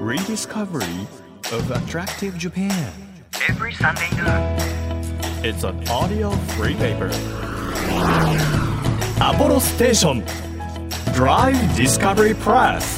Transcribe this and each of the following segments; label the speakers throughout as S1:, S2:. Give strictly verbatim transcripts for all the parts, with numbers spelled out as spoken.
S1: rediscovery of attractive Japan.
S2: Every Sunday noon.
S1: It's an audio free paper. Apollo Station Drive Discovery Press。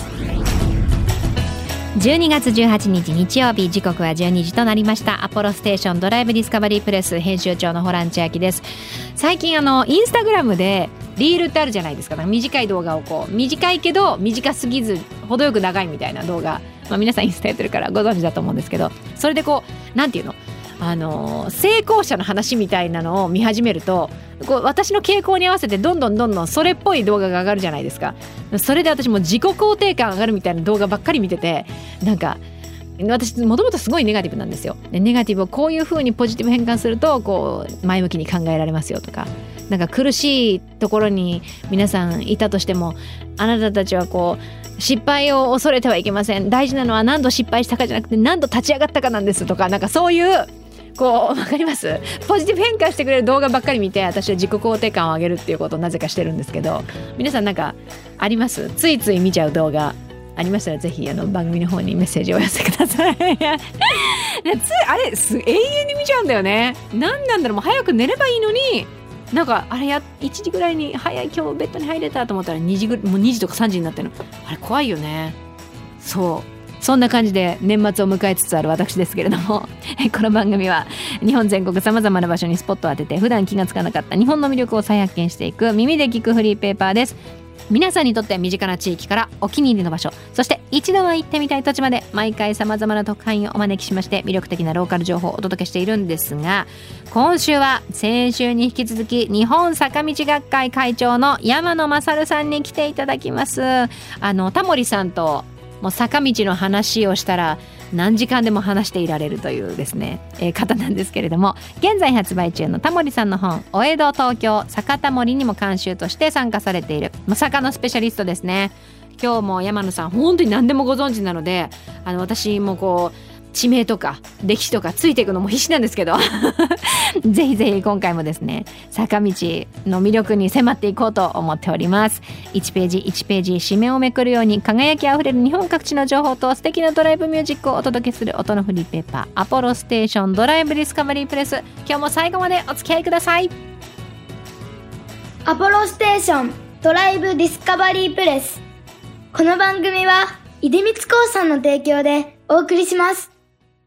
S3: じゅうにがつじゅうはちにち日曜日、時刻はじゅうにじとなりました。アポロステーションドライブディスカバリープレス編集長のホラン千秋です。最近あのインスタグラムでリールってあるじゃないですか。なんか短い動画をこう短いけど短すぎず程よく長いみたいな動画、まあ、皆さんインスタやってるからご存知だと思うんですけど、それでこうなんていうのあの成功者の話みたいなのを見始めると、こう私の傾向に合わせてどんどんどんどんそれっぽい動画が上がるじゃないですか。それで私も自己肯定感上がるみたいな動画ばっかり見てて、なんか私もともとすごいネガティブなんですよ。でネガティブをこういう風にポジティブ変換するとこう前向きに考えられますよとか、なんか苦しいところに皆さんいたとしても、あなたたちはこう失敗を恐れてはいけません、大事なのは何度失敗したかじゃなくて何度立ち上がったかなんですとか、なんかそういうこうわかります、ポジティブ変換してくれる動画ばっかり見て、私は自己肯定感を上げるっていうことをなぜかしてるんですけど、皆さんなんかあります？ついつい見ちゃう動画ありましたら、ぜひあの番組の方にメッセージをお寄せください。つあれす永遠に見ちゃうんだよね。何なんだろう、もう早く寝ればいいのに、なんかあれやいちじぐらいに早い今日ベッドに入れたと思ったらにじぐもうにじとかさんじになってるの、あれ怖いよね。そうそんな感じで年末を迎えつつある私ですけれども、この番組は日本全国さまざまな場所にスポットを当てて、普段気がつかなかった日本の魅力を再発見していく耳で聞くフリーペーパーです。皆さんにとって身近な地域からお気に入りの場所、そして一度は行ってみたい土地まで、毎回さまざまな特派員をお招きしまして、魅力的なローカル情報をお届けしているんですが、今週は先週に引き続き日本坂道学会会長の山野勝さんに来ていただきます。あのタモリさんともう坂道の話をしたら何時間でも話していられるというですね、えー、方なんですけれども、現在発売中のタモリさんの本お江戸東京坂タモリにも監修として参加されている、まあ、坂のスペシャリストですね。今日も山野さん本当に何でもご存知なので、あの私もこう地名とか歴史とかついていくのも必死なんですけどぜひぜひ今回もですね、坂道の魅力に迫っていこうと思っております。いちページいちページ紙面をめくるように輝きあふれる日本各地の情報と素敵なドライブミュージックをお届けする音のフリーペーパー、アポロステーションドライブディスカバリープレス。今日も最後までお付き合いください。
S4: アポロステーションドライブディスカバリープレス。この番組は出光興産の提供でお送りします。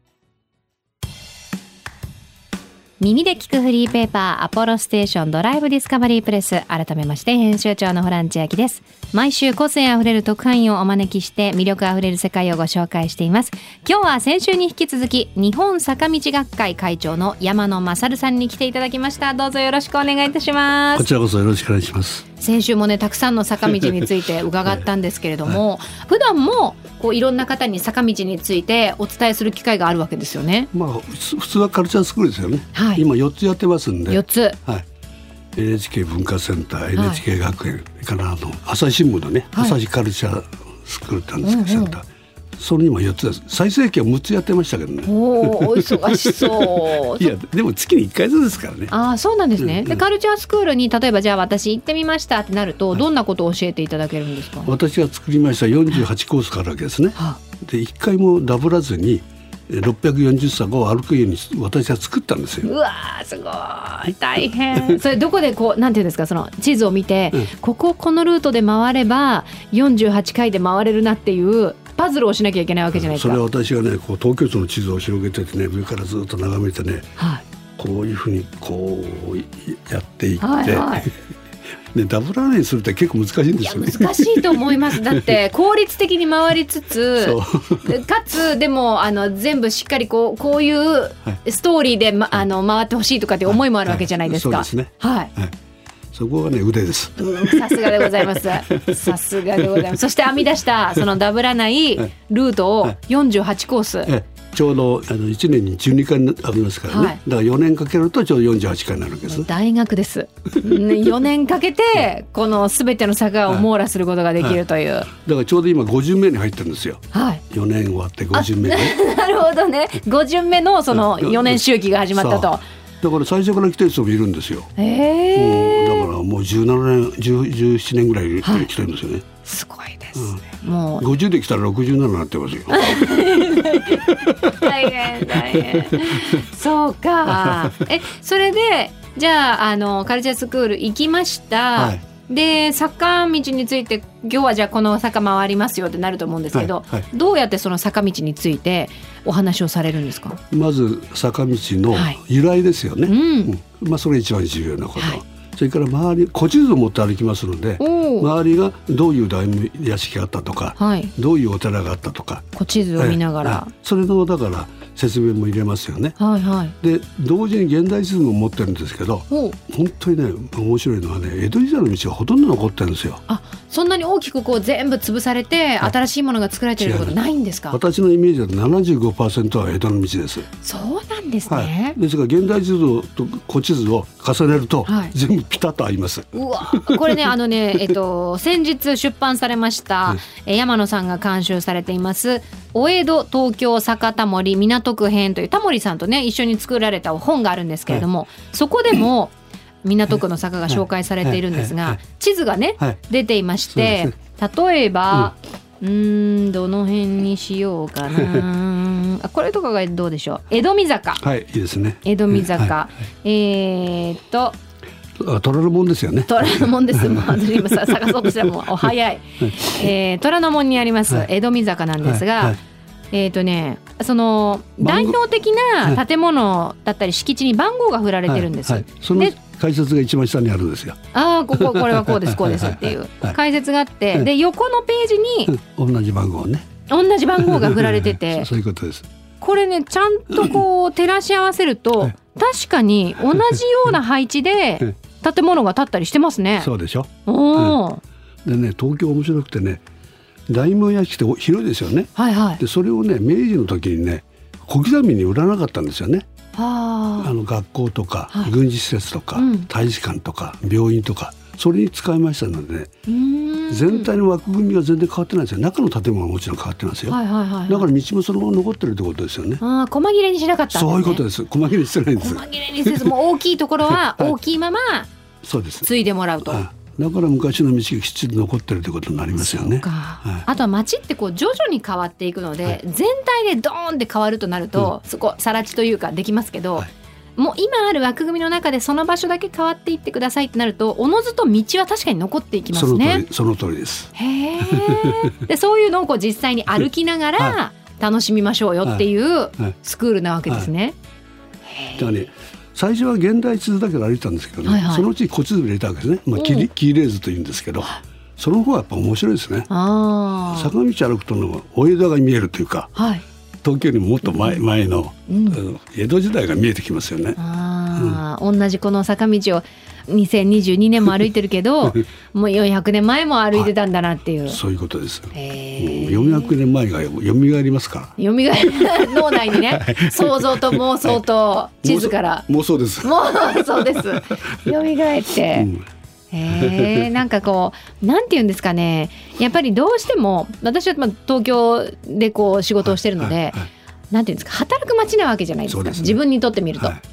S3: 耳で聞くフリーペーパー、アポロステーションドライブディスカバリープレス。改めまして編集長のホラン千秋です。毎週個性あふれる特派員をお招きして魅力あふれる世界をご紹介しています。今日は先週に引き続き日本坂道学会会長の山野勝さんに来ていただきました。どうぞよろしくお願いいたします。
S5: こちらこそよろしくお願いします。
S3: 先週もねたくさんの坂道について伺ったんですけれども、はい、普段もこういろんな方に坂道についてお伝えする機会があるわけですよね。
S5: まあ普通はカルチャースクールですよね、はい、今よっつやってますんで
S3: よっつ、
S5: はい、エヌエイチケー 文化センター、 エヌエイチケー 学園、それからあの朝日新聞のね、はい、朝日カルチャースクールってあるんですけど、うんうん、センター、それにもよっつです。最盛期はむっつやってましたけどね。
S3: おお忙しそう
S5: いやでも月にいっかいずつですからね。
S3: ああそうなんですね、うんうん、でカルチャースクールに例えばじゃあ私行ってみましたってなると、
S5: はい、
S3: どんなことを教えていただけるんですか？
S5: 私が作りましたよんじゅうはちコースからあるわけですね、はあ、でいっかいもダブらずにろっぴゃくよんじゅっさかを歩くように私は作ったんですよ。
S3: うわーすごい大変それどこでこうなんていうんですか、その地図を見て、うん、こここのルートで回ればよんじゅうはちかいで回れるなっていうパズルをしなきゃいけないわけじゃないですか。
S5: それは私がねこう東京都の地図を広げててね、上からずっと眺めてね、はい、こういうふうにこうやっていって、はいはいね、ダブらないにするって結構難しいんですよね。
S3: いや難しいと思いますだって効率的に回りつつかつでもあの全部しっかりこう、こういうストーリーで、ま、あの回ってほしいとかって思いもあるわけじゃないですか、はいはい、そうですね、はいはい、
S5: そこがね腕です。
S3: さすがでございますさすがでございます。そして編み出したそのダブらないルートをよんじゅうはちコース、はいはい、
S5: ちょうどあのいちねんにじゅうにかいありますからね、はい、だからよねんかけるとちょうどよんじゅうはちかいになるわけです。
S3: 大学ですよねんかけてこの全ての坂を網羅することができるという、はいはい、
S5: だからちょうど今ご巡目に入ってるんですよ、はい、よねん終わってご巡目、ね、
S3: なるほどね、ご巡目のそのよねん周期が始まったと。
S5: だから最初から来てる人もいるんですよ。
S3: へー、
S5: だからもうじゅうななねんじゅう、じゅうななねんぐらい来てるんですよね、はい、
S3: すごいですね、 もう
S5: ごじゅうできたらろくじゅうななになってますよ。
S3: 大変大変そうか。えそれでじゃあ、あのカルチャースクール行きました、はい、で坂道について今日はじゃあこの坂回りますよってなると思うんですけど、はいはい、どうやってその坂道についてお話をされるんですか？
S5: まず坂道の由来ですよね、はいうんうんまあ、それが一番重要なこと、はい、それから周り古地図を持って歩きますので周りがどういう大名屋敷があったとか、はい、どういうお寺があったとか
S3: 古地図を見ながら、
S5: ええ、それのだから説明も入れますよね、はいはい、で同時に現代地図も持ってるんですけど本当にね面白いのはね江戸時代の道がほとんど残ってるんですよ。
S3: あそんなに大きくこう全部潰されて新しいものが作られていることないんですか？
S5: 私のイメージだと ななじゅうごパーセント は江戸の道です。
S3: そうなんですね、
S5: はい、ですが現代地図と古地図を重ねると、はい、全部ピタッと合います。
S3: うわこれねあのね、えっと、先日出版されました、はい、山野さんが監修されていますお江戸東京坂田森港区編というタモリさんとね一緒に作られた本があるんですけれども、はい、そこでも港区の坂が紹介されているんですが、地図がね、はい、出ていまして、例えば、うん、うーんどの辺にしようかなあこれとかがどうでしょう。江戸見坂、
S5: はいいいですね。
S3: 江戸見坂、はい、えー、っと
S5: 虎ノ門ですよね。
S3: 虎ノ門です。もう今さ探そうとしたらもうお早い、えー、虎ノ門にあります、はい、江戸見坂なんですが、はいはい、えーとね、その代表的な建物だったり敷地に番号が振られてるんです、はいはい、
S5: その解説が一番下にあるんですよ。
S3: ああこここれはこうですこうですっていう解説があって、はい、で横のページに
S5: 同じ番号ね
S3: 同じ番号が振られてて
S5: そういうことです。
S3: これねちゃんとこう照らし合わせると、はい、確かに同じような配置で建物が建ったりしてますね。
S5: そうでしょ。
S3: おー、
S5: うん、でね東京面白くてね大名屋敷って広いですよね、はいはい、でそれをね明治の時にね小刻みに売らなかったんですよね。はあの学校とか、はい、軍事施設とか、うん、大使館とか病院とかそれに使いましたので、ね、うーん全体の枠組みが全然変わってないんですよ。中の建物はもちろん変わってますよ、はいはいはいはい、だから道もそのまま残ってるってことですよね。
S3: あ細切れにしなかったんですね。
S5: そういうことです。細切れにしてないんです。
S3: 細切れにせずもう大きいところは大きいまま
S5: そうです
S3: 継いでもらうと。
S5: だから昔の道がきっちり残ってるということになりますよね。
S3: はい、あとは街ってこう徐々に変わっていくので、はい、全体でドーンって変わるとなると、うん、そこ更地というかできますけど、はい、もう今ある枠組みの中でその場所だけ変わっていってくださいってなるとおのずと道は確かに残っていきますね。
S5: その通り、その通りです。
S3: へーでそういうのをこう実際に歩きながら楽しみましょうよっていうスクールなわけですね。
S5: だからね最初は現代地図だけで歩いたんですけどね、はいはい、そのうち古地図を入れたわけですね、まあ、キーレーズというんですけどその方がやっぱ面白いですね。あ坂道歩くとのお江戸が見えるというか、はい、東京よりももっと 前, 前の、うん、江戸時代が見えてきますよね。
S3: あ、うん、同じこの坂道をにせんにじゅうにねんも歩いてるけどもうよんひゃくねんまえも歩いてたんだなっていう、はい、
S5: そういうことです。へよんひゃくねんまえがよみがえりますから。
S3: よみがえる脳内にね想像と妄想と地図から、
S5: はい、妄想です。
S3: 妄想ですよみがえって、うんへなんかこうなんていうんですかねやっぱりどうしても私は東京でこう仕事をしてるので、はいはいはい、なんていうんですか働く街なわけじゃないですか。です、ね、自分にとってみると、はい、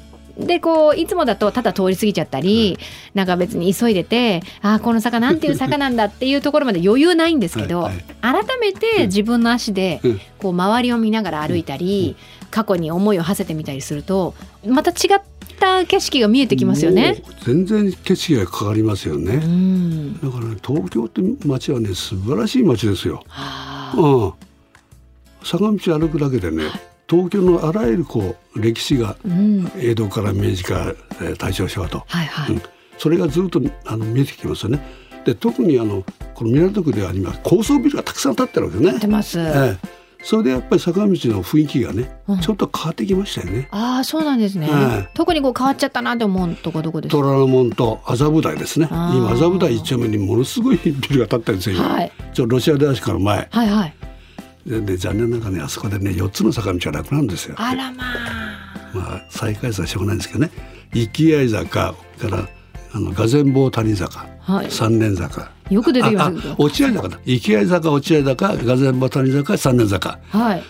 S3: でこういつもだとただ通り過ぎちゃったり、はい、なんか別に急いでてあこの坂なんていう坂なんだっていうところまで余裕ないんですけどはい、はい、改めて自分の足でこう周りを見ながら歩いたり、うん、過去に思いを馳せてみたりするとまた違った景色が見えてきますよね。
S5: 全然景色が変わりますよね。うんだから、ね、東京って街はね素晴らしい街ですよ。うん、坂道歩くだけでね東京のあらゆるこう歴史が、うん、江戸から明治から大正昭和と、はいはいうん、それがずっとあの見えてきますよね。で特にあのこの港区では今高層ビルがたくさん建ってるわけですね。
S3: 建ってます、
S5: ええそれでやっぱり坂道の雰囲気がね、うん、ちょっと変わってきましたよね。
S3: ああそうなんですね、はい、特にこう変わっちゃったなって思うとこどこですか。
S5: 虎ノ門と麻布台ですね。今麻布台一丁目にものすごいビルが建ってるんですよ、はい、ちょロシア大使館の前、はいはい、でで残念ながらねあそこでねよっつの坂道がなくなるんですよ。
S3: あらまあ、
S5: まあ、再開発はしょうがないんですけどね生合坂からあの俄然坊谷坂、はい、三年坂
S3: よく出てきます。
S5: 落合坂だ生合坂落合坂俄然坊谷坂三年坂、はい、こ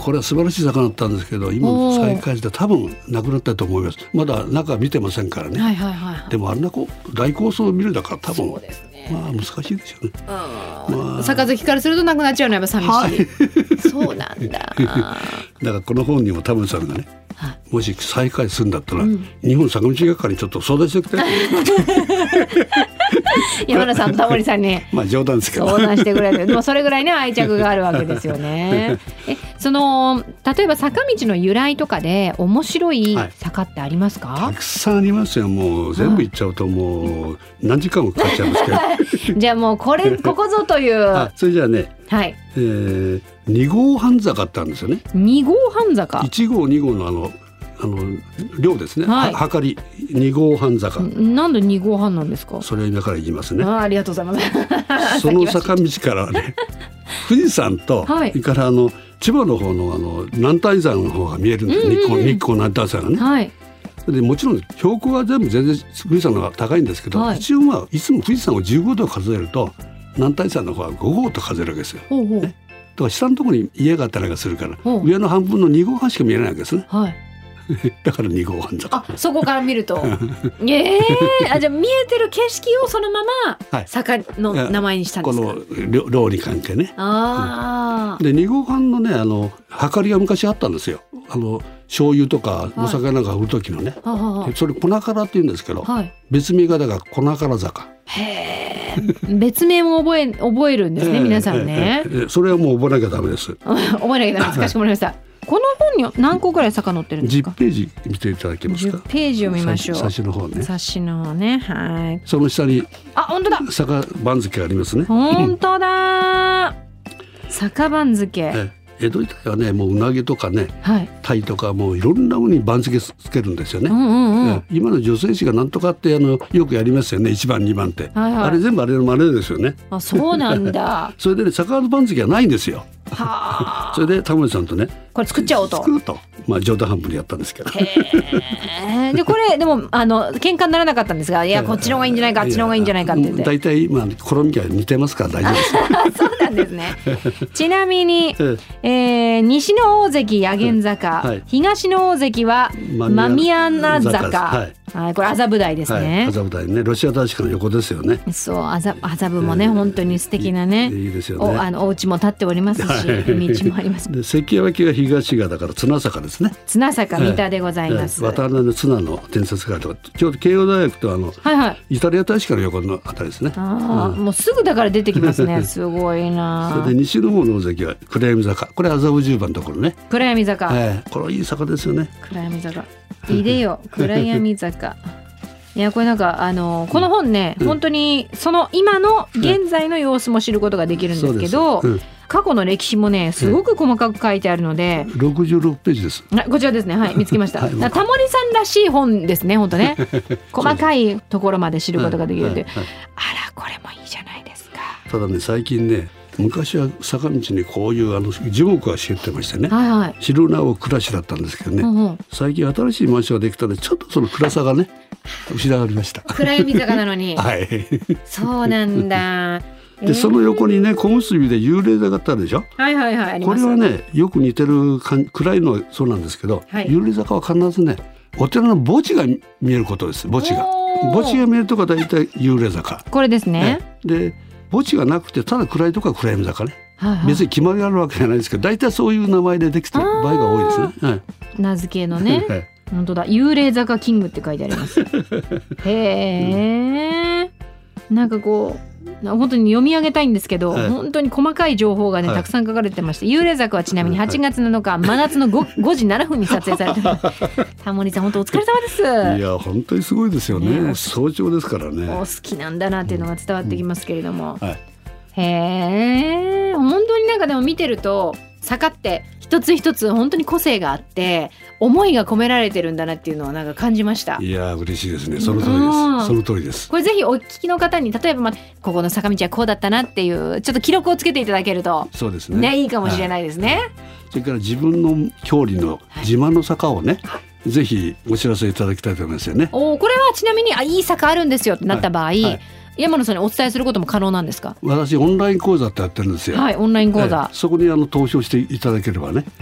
S5: これは素晴らしい魚だったんですけど、今再開して多分なくなったと思います。まだ中見てませんからね、
S3: はいはいはい、
S5: でもあんなこう大構想を見るだから多分
S3: そうですね、
S5: まあ難しいでしょうね、
S3: まあ、杯からするとなくなっちゃうのはやっぱ寂しい、はい、そうなんだだ
S5: からこの本にも田村さんがね、はい、もし再開するんだったら、うん、日本坂道学会にちょっと相談しておきたい
S3: 山田さんとタモリさんに
S5: まあ冗談ですけど
S3: 相談してくれる。でもそれぐらいね愛着があるわけですよねえその例えば坂道の由来とかで面白い坂ってありますか？
S5: はい、たくさんありますよ。もう全部言っちゃうともう何時間もかかっちゃいますけど
S3: じゃあもうこれここぞという
S5: あそれじゃあね、はいえー、に号半坂ってあるんですよね。
S3: に号半坂
S5: いち号に号のあのあの量ですね、はい、はかりに号半坂。
S3: なんでに号半なんですか？
S5: それを今から言いますね。
S3: あ, ありがとうございます
S5: その坂道からね富士山と、はい、それからあの千葉の方のあの南大山の方が見えるんです、うんうん、日光、日光南大山がね、はい、でもちろん標高は全部全然富士山の方が高いんですけど、はい、一応まあいつも富士山をじゅうごど数えると南大山の方はご号と数えるわけですよ、ほうほう、ね、だから下のところに家があったりするから上の半分のに号半しか見えないわけですね、はいだからに号半坂。
S3: あ、そこから見るとえー、あじゃあ見えてる景色をそのまま坂の名前にしたんですか？
S5: この量に関係ね。
S3: あ、
S5: うん、でに号半のねあのはかりが昔あったんですよ。あの醤油とかお酒なんか売る時のね、はい、それ粉からって言うんですけど、はい、別名がだから粉から坂。
S3: へー別名も覚え、覚えるんですね、皆さんね、
S5: えーえー、それはもう覚えなきゃダメです
S3: 覚えなきゃダメです。かしこまりましたこの本に何個ぐらい坂載ってるんですか？
S5: じゅっページ見ていただけますか？
S3: じゅっページを見ましょう。
S5: 冊子の方ね。
S3: 冊子の方ね、はい。
S5: その下に
S3: あ、本当だ。
S5: 坂番付がありますね。
S3: 本当だ。坂番付。
S5: え江戸時代はねもううなぎとかね、はい、鯛とかもういろんなものに番付つけるんですよね、うんうんうん、今の女性誌がなんとかってあのよくやりますよね、いちばんにばんって、はいはい、あれ全部あれの真似ですよね。
S3: あ、そうなんだ
S5: それでね坂の番付はないんですよ
S3: は
S5: それでタモリさんとね
S3: これ作っちゃおうと
S5: 作ると、まあ、冗談半分でやったんですけど
S3: へでこれでもあの喧嘩にならなかったんですが、いやこっちの方がいいんじゃないか、あっちの方がいいんじゃないかって言って大
S5: 体まあ好みが似てますから大丈夫です
S3: そうなんですねちなみに、えー、西の大関八間坂、はい、東の大関は間宮名坂、はいはい、これ麻布台ですね、
S5: はい、麻布台ね、ロシア大使館の横ですよね。
S3: そう麻布もね、えー、本当に素敵なね、
S5: いいですよね。
S3: おあのお家も建っておりますし、はい、道もあります。
S5: で関脇が東がだから綱坂ですね。
S3: 綱坂三田でございます。
S5: はい、渡辺の綱の伝説があるとか、ちょうど慶応大学とあの、はいはい、イタリア大使館の横のあたりですね。
S3: あ、うん、もうすぐだから出てきますねすごいな。
S5: それで西の方の大関は暗闇坂、これ麻布十番のところね。
S3: 暗闇坂、
S5: はい、これいい坂ですよね。
S3: 暗闇坂いでよ暗闇坂いやこれなんかあのこの本ね、うん、本当にその今の現在の様子も知ることができるんですけど、うん、過去の歴史もねすごく細かく書いてあるので、
S5: ろくじゅうろくページです。
S3: こちらですね、はい、見つけました、はい、タモリさんらしい本ですね本当ね細かいところまで知ることができるという、はいはいはい、あらこれもいいじゃないですか。
S5: ただね最近ね昔は坂道にこういうあの樹木が茂ってましてね、はいはい、白縄暮らしだったんですけどね、うんうん、最近新しいマンションができたのでちょっとその暗さがね失われました。
S3: 暗闇坂なのに
S5: はい
S3: そうなんだで、
S5: えー、その横にね小結びで幽霊坂ってあるでしょ。
S3: はいはいはい、あります。
S5: これはねよく似てるかん暗いのそうなんですけど、はい、幽霊坂は必ずねお寺の墓地が見えることです。墓地が墓地が見えるとこは大体幽霊坂
S3: これですね。
S5: で墓地がなくてただ暗いとこは暗闇坂ね、はいはい、別に決まりがあるわけじゃないですけど大体そういう名前でできてる場合が多いですね、はい、
S3: 名付けのね、はい、本当だ幽霊坂キングって書いてありますへえ、うん、なんかこう本当に読み上げたいんですけど、はい、本当に細かい情報がね、はい、たくさん書かれてまして、幽霊坂はちなみにはちがつなのか、はい、真夏の 5, ごじななふんに撮影されてますタモリさん本当お疲れ様です。
S5: いや本当にすごいですよ ね, ね早朝ですからね。
S3: お好きなんだなっていうのが伝わってきますけれども、うんはい、へえ本当になんかでも見てると坂って一つ一つ本当に個性があって思いが込められてるんだなっていうのをなんか感じました。
S5: いや嬉しいですね。その通りです。その通りです。
S3: これぜひお聞きの方に例えば、まあ、ここの坂道はこうだったなっていうちょっと記録をつけていただけると
S5: そうですね、
S3: ねいいかもしれないですね、はい、
S5: それから自分の郷里の自慢の坂をね、はい、ぜひお知らせいただきたいと思いますよね。
S3: おこれはちなみにあいい坂あるんですよってなった場合、はいはい山野さんにお伝えすることも可能なんですか。
S5: 私オンライン講座ってやってるんですよ。
S3: はいオンライン講座、
S5: ええ、そこにあの投票していただければね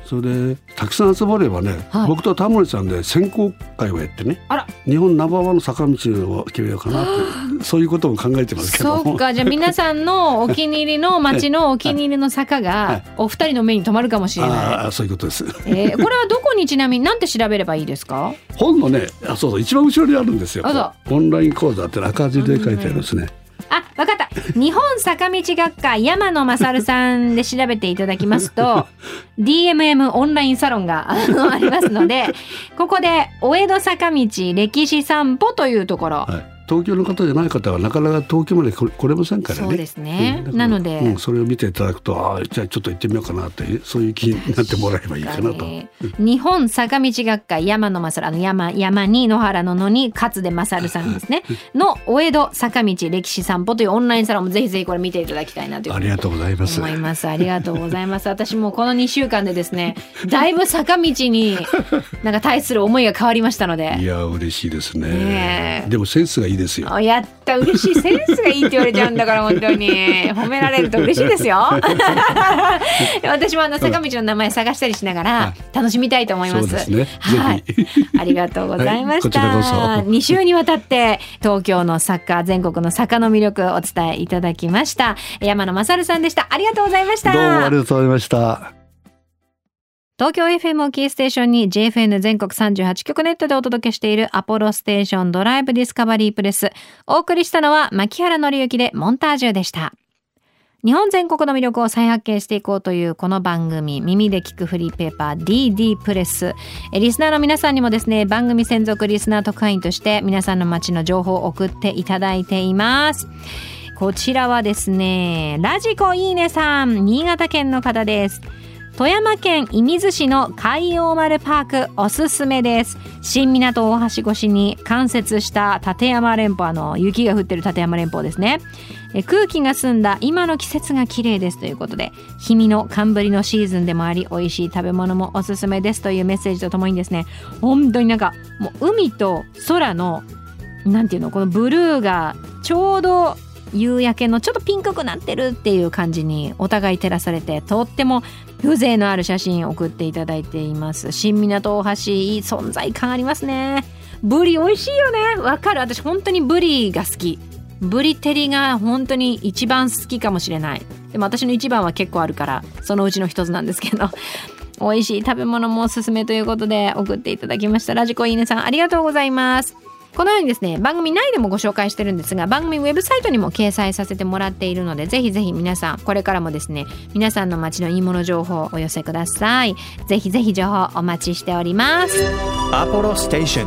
S5: それでたくさん集まればね、はい、僕とタモリさんで選考会をやってね、あら日本ナンバーワンの坂道を決めようかなってそういうことも考えてますけども。
S3: そうか、じゃあ皆さんのお気に入りの街のお気に入りの坂がお二人の目に留まるかもしれない、はい、
S5: あそういうことです、
S3: えー、これはどこにちなみに何て調べればいいですか？
S5: 本のね、あそうそう一番後ろにあるんですよ。オンライン講座って赤字で書いてあるんですね。
S3: あ、わかった。日本坂道学会山野勝さんで調べていただきますとディーエムエム オンラインサロンがありますので、ここでお江戸坂道歴史散歩というところ、はい、東京の方じゃない方はなかなか東京まで来れませんからね。そうですね、うん、なので、うん、それを見ていただくと、あじゃあちょっと行ってみようかなってそういう気になってもらえばいいかなと。日本坂道学会山野勝、あの 山, 山に野原の野に勝で勝さんですねのお江戸坂道歴史散歩というオンラインサロンもぜひぜひこれ見ていただきたいなというふうに思います。ありがとうございます。思います。ありがとうございます。私もこのにしゅうかんでですね、だいぶ坂道になんか対する思いが変わりましたのでいや嬉しいですね。ねでもセンスがいいですよ。やった嬉しい。センスがいいって言われちゃうんだから本当に褒められると嬉しいですよ私もあの坂道の名前探したりしながら楽しみたいと思います。そうですね、はい、ありがとうございました、はい、こちらこそに週にわたって東京の坂、全国の坂の魅力をお伝えいただきました。山野勝さんでした。ありがとうございました。どうもありがとうございました。東京 エフエム をキーステーションに ジェイエフエヌ 全国さんじゅうはちきょくネットでお届けしているアポロステーションドライブディスカバリープレス。お送りしたのは牧原紀之でモンタージュでした。日本全国の魅力を再発見していこうというこの番組、耳で聞くフリーペーパー ディーディー プレス。リスナーの皆さんにもですね、番組専属リスナー特派員として皆さんの街の情報を送っていただいています。こちらはですね、ラジコいいねさん、新潟県の方です。富山県射水市の海洋丸パークおすすめです。新港大橋越しに冠雪した立山連峰、あの雪が降ってる立山連峰ですね。え空気が澄んだ今の季節が綺麗ですということで、氷見の寒ぶりのシーズンでもあり、美味しい食べ物もおすすめですというメッセージとともにですね、本当になんかもう海と空のなんていうの、このブルーがちょうど夕焼けのちょっとピンクくなってるっていう感じにお互い照らされて、とっても風情のある写真を送っていただいています。新港大橋、いい存在感ありますね。ブリ美味しいよね。わかる。私本当にブリが好き。ブリ照りが本当に一番好きかもしれない。でも私の一番は結構あるからそのうちの一つなんですけど美味しい食べ物もおすすめということで送っていただきました。ラジコいいねさん、ありがとうございます。このようにですね、番組内でもご紹介してるんですが、番組ウェブサイトにも掲載させてもらっているので、ぜひぜひ皆さんこれからもですね、皆さんの街のいいもの情報をお寄せください。ぜひぜひ情報お待ちしております。
S1: アポロステーション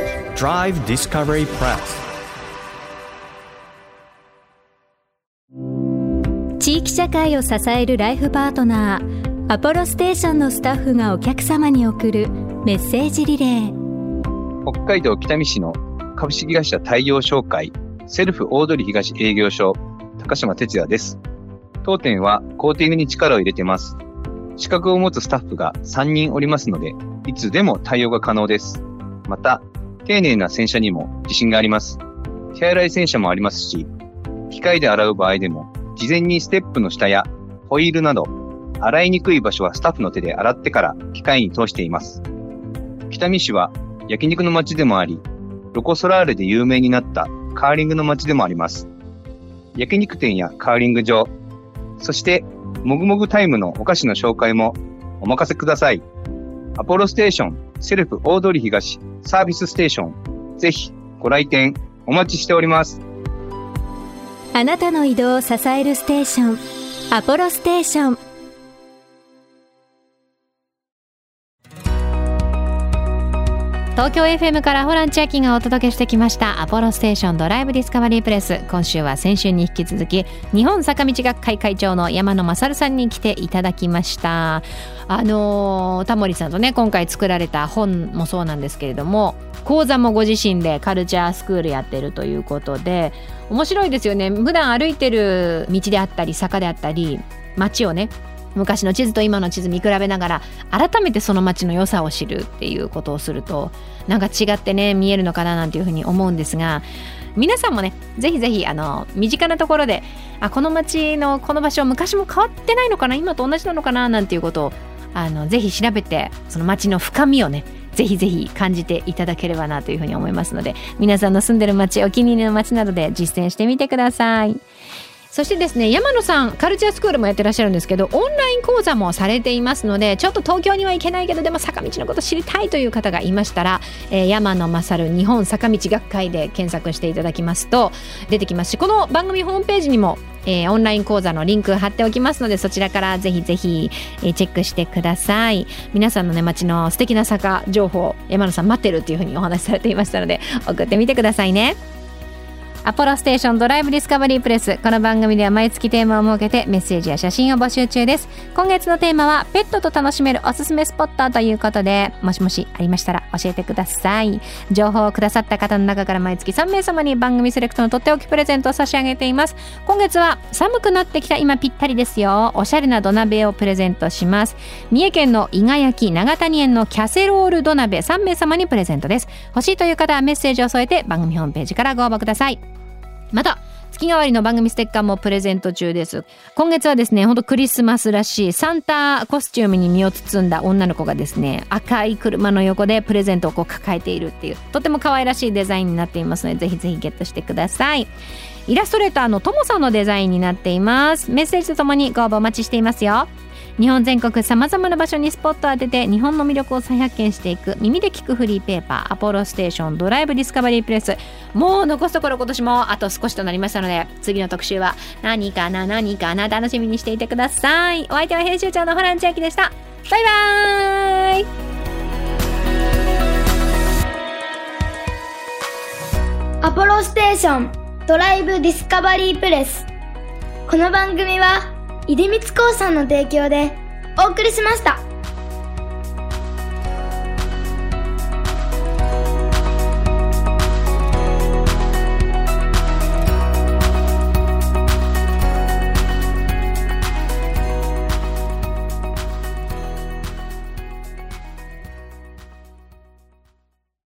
S1: Drive Discovery Press。
S6: 地域社会を支えるライフパートナー、アポロステーションのスタッフがお客様に送るメッセージリレー。
S7: 北海道北見市の株式会社太陽商会セルフ大通東営業所高島哲也です。当店はコーティングに力を入れてます。資格を持つスタッフがさんにんおりますので、いつでも対応が可能です。また、丁寧な洗車にも自信があります。手洗い洗車もありますし、機械で洗う場合でも、事前にステップの下やホイールなど、洗いにくい場所はスタッフの手で洗ってから機械に通しています。北見市は焼肉の街でもあり、ロコ・ソラーレで有名になったカーリングの街でもあります。焼肉店やカーリング場、そしてもぐもぐタイムのお菓子の紹介もお任せください。アポロステーションセルフ大通東サービスステーション、ぜひご来店お待ちしております。
S6: あなたの移動を支えるステーション、アポロステーション。
S3: 東京 エフエム からホラン千秋がお届けしてきましたアポロステーションドライブディスカバリープレス。今週は先週に引き続き日本坂道学会会長の山野勝さんに来ていただきました。あのー、タモリさんとね、今回作られた本もそうなんですけれども、講座もご自身でカルチャースクールやってるということで面白いですよね。普段歩いてる道であったり坂であったり街をね、昔の地図と今の地図見比べながら改めてその街の良さを知るっていうことをすると、なんか違ってね見えるのかななんていうふうに思うんですが、皆さんもねぜひぜひあの身近なところで、あこの街のこの場所昔も変わってないのかな、今と同じなのかななんていうことをあのぜひ調べてその街の深みをねぜひぜひ感じていただければなというふうに思いますので、皆さんの住んでる街、お気に入りの街などで実践してみてください。そしてですね、山野さんカルチャースクールもやってらっしゃるんですけど、オンライン講座もされていますので、ちょっと東京には行けないけどでも坂道のこと知りたいという方がいましたら、えー、山野勝日本坂道学会で検索していただきますと出てきますし、この番組ホームページにも、えー、オンライン講座のリンク貼っておきますので、そちらからぜひぜひ、えー、チェックしてください。皆さんのね街の素敵な坂情報、山野さん待ってるっていうふうにお話しされていましたので、送ってみてくださいね。アポロステーションドライブディスカバリープレス、この番組では毎月テーマを設けてメッセージや写真を募集中です。今月のテーマはペットと楽しめるおすすめスポットということで、もしもしありましたら教えてください。情報をくださった方の中から毎月さんめい様に番組セレクトのとっておきプレゼントを差し上げています。今月は寒くなってきた今ぴったりですよ、おしゃれな土鍋をプレゼントします。三重県の伊賀焼長谷園のキャセロール土鍋さんめい様にプレゼントです。欲しいという方はメッセージを添えて番組ホームページからご応募ください。また月替わりの番組ステッカーもプレゼント中です。今月はですね、ほんとクリスマスらしいサンタコスチュームに身を包んだ女の子がですね、赤い車の横でプレゼントをこう抱えているっていう、とても可愛らしいデザインになっていますので、ぜひぜひゲットしてください。イラストレーターのともさんのデザインになっています。メッセージとともにご応募お待ちしていますよ。日本全国さまざまな場所にスポットを当てて日本の魅力を再発見していく耳で聞くフリーペーパー、アポロステーションドライブディスカバリープレス、もう残すところ今年もあと少しとなりましたので、次の特集は何かな何かな楽しみにしていてください。お相手は編集長のホラン千秋でした。バイバーイ。
S4: アポロステーションドライブディスカバリープレス、この番組は出光興産の提供でお送りしました。